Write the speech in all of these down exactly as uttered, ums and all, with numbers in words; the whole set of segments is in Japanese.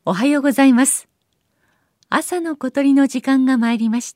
おはようございます。朝の小鳥の時間が参りました。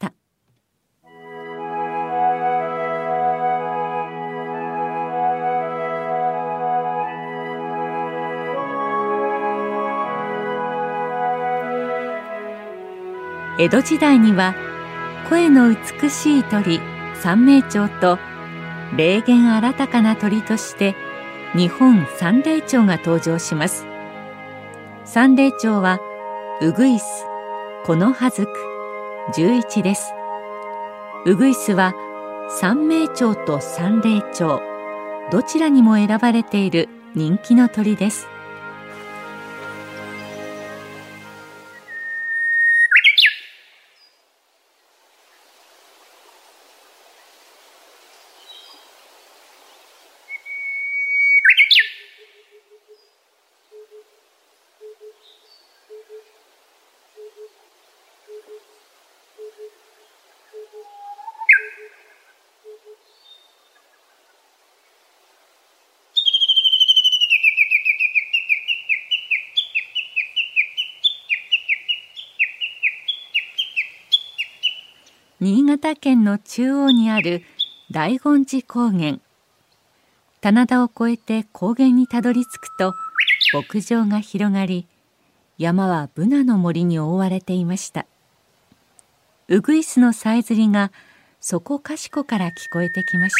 江戸時代には声の美しい鳥三名鳥と霊言あらたかな鳥として日本三霊鳥が登場します。三霊鳥はウグイス、コノハズク、じゅういちです。ウグイスは三名鳥と三霊鳥どちらにも選ばれている人気の鳥です。新潟県の中央にある大権寺高原。棚田を越えて高原にたどり着くと牧場が広がり、山はブナの森に覆われていました。ウグイスのさえずりがそこかしこから聞こえてきました。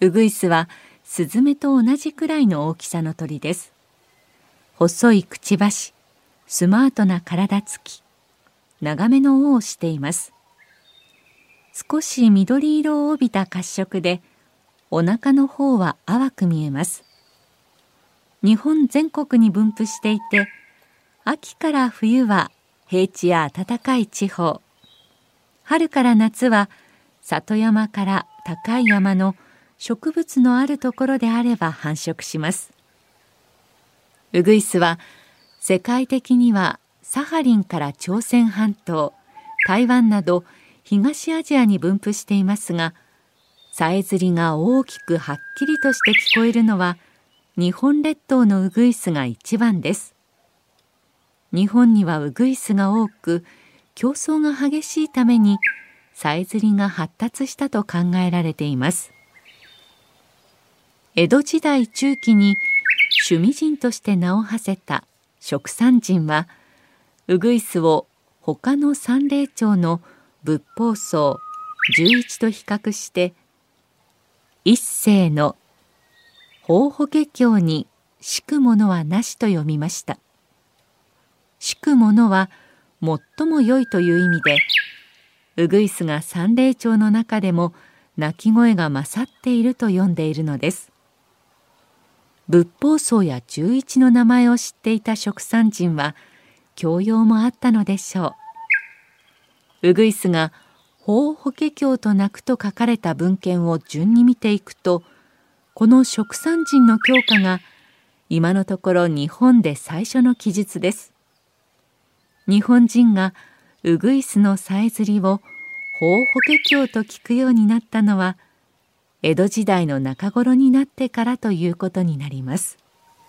ウグイスはスズメと同じくらいの大きさの鳥です。細いくちばし、スマートな体つき、長めの尾をしています。少し緑色を帯びた褐色で、お腹の方は淡く見えます。日本全国に分布していて、秋から冬は平地や暖かい地方、春から夏は里山から高い山の植物のあるところであれば繁殖します。ウグイスは世界的にはサハリンから朝鮮半島、台湾など東アジアに分布していますが、さえずりが大きくはっきりとして聞こえるのは日本列島のウグイスが一番です。日本にはウグイスが多く、競争が激しいためにさえずりが発達したと考えられています。江戸時代中期に趣味人として名を馳せた蜀山人は、ウグイスを他の三霊鳥の仏法僧じゅういちと比較して、一世の法法華経にしくものはなしと読みました。しくものは最も良いという意味で、ウグイスが三霊鳥の中でも鳴き声が勝っていると読んでいるのです。仏法僧や十一の名前を知っていた蜀山人は教養もあったのでしょう。ウグイスが法法華経と鳴くと書かれた文献を順に見ていくと、この蜀山人の教科が今のところ日本で最初の記述です。日本人がウグイスのさえずりを法法華経と聞くようになったのは、江戸時代の中頃になってからということになります。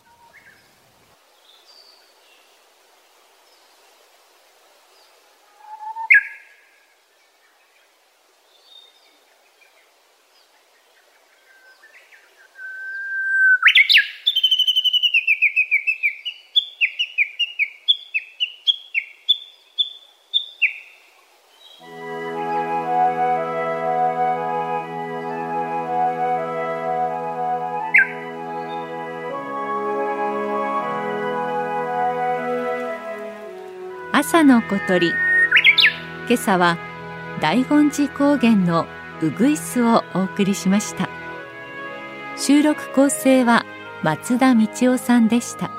朝の小鳥。今朝は大権寺高原のウグイスをお送りしました。収録構成は松田道夫さんでした。